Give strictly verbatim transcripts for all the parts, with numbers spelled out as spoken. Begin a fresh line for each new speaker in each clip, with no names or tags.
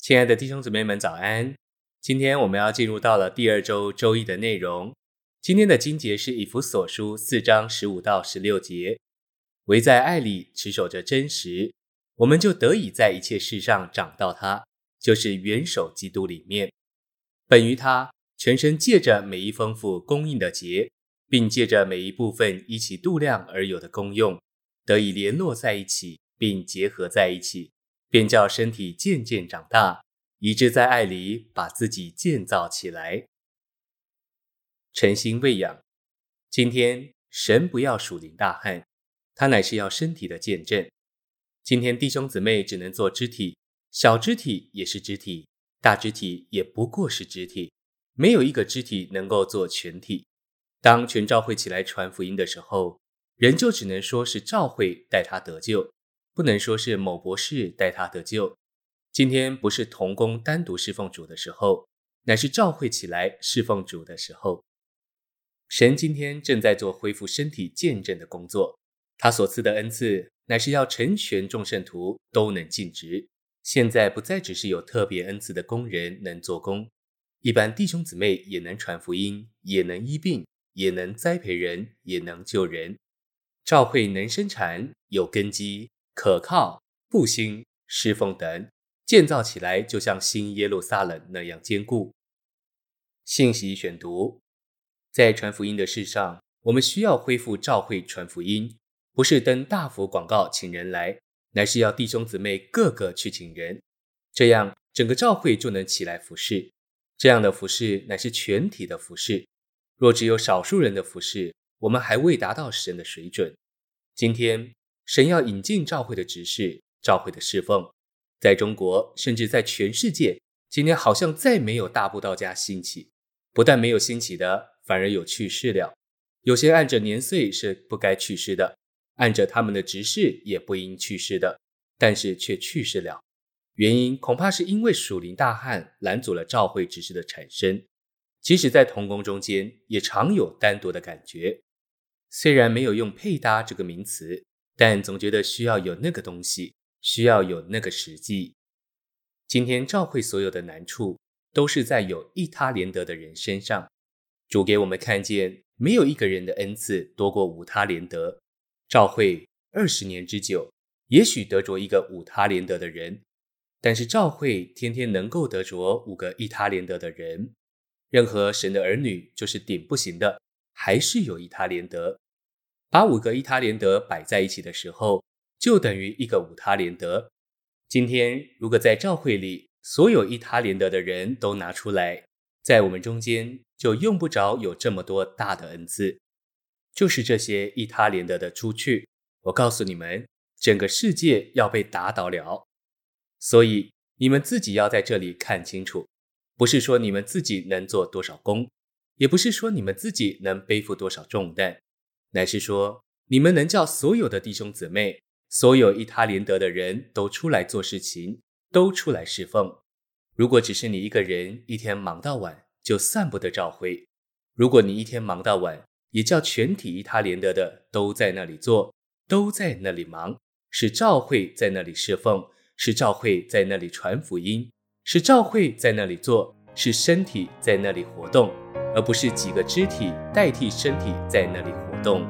亲爱的弟兄姊妹们早安，今天我们要进入到了第二周周易的内容。今天的经节是以弗所书四章十五到十六节，唯在爱里持守着真实，我们就得以在一切事上长到他，就是元首基督里面。本于他，全身借着每一丰富供应的节，并借着每一部分依其度量而有的功用，得以联络在一起，并结合在一起，便叫身体渐渐长大，以致在爱里把自己建造起来。诚心喂养。今天神不要属灵大汉，他乃是要身体的见证。今天弟兄姊妹只能做肢体，小肢体也是肢体，大肢体也不过是肢体，没有一个肢体能够做全体。当全教会起来传福音的时候，人就只能说是教会带他得救，不能说是某博士带他得救。今天不是同工单独侍奉主的时候，乃是教会起来侍奉主的时候。神今天正在做恢复身体见证的工作，他所赐的恩赐乃是要成全众圣徒都能尽职。现在不再只是有特别恩赐的工人能做工，一般弟兄姊妹也能传福音，也能医病，也能栽培人，也能救人。教会能生产，有根基，可靠，复兴，侍奉等，建造起来就像新耶路撒冷那样坚固。信息选读。在传福音的事上，我们需要恢复教会传福音，不是登大幅广告请人来，乃是要弟兄姊妹个个去请人，这样整个教会就能起来服事。这样的服事乃是全体的服事，若只有少数人的服事，我们还未达到神的水准。今天神要引进教会的执事，教会的侍奉，在中国甚至在全世界，今天好像再没有大布道家兴起，不但没有兴起的，反而有去世了。有些按着年岁是不该去世的，按着他们的执事也不应去世的，但是却去世了。原因恐怕是因为属灵大旱拦阻了教会执事的产生。即使在同工中间，也常有单独的感觉。虽然没有用配搭这个名词，但总觉得需要有那个东西，需要有那个实际。今天教会所有的难处，都是在有一他连得的人身上。主给我们看见，没有一个人的恩赐多过五他连得。教会二十年之久，也许得着一个五他连得的人，但是教会天天能够得着五个一他连得的人。任何神的儿女就是顶不行的，还是有一他连得。把五个一他连得摆在一起的时候，就等于一个五他连得。今天如果在教会里，所有一他连得的人都拿出来，在我们中间就用不着有这么多大的恩赐。就是这些一他连得的出去，我告诉你们，整个世界要被打倒了。所以你们自己要在这里看清楚，不是说你们自己能做多少工，也不是说你们自己能背负多少重担，乃是说你们能叫所有的弟兄姊妹，所有一他连得的人都出来做事情，都出来侍奉。如果只是你一个人一天忙到晚，就算不得教会。如果你一天忙到晚，也叫全体一他连得的都在那里做，都在那里忙，是教会在那里侍奉，是教会在那里传福音，是教会在那里做，是身体在那里活动，而不是几个肢体代替身体在那里活动。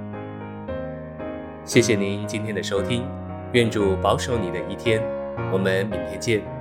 谢谢您今天的收听，愿主保守你的一天，我们明天见。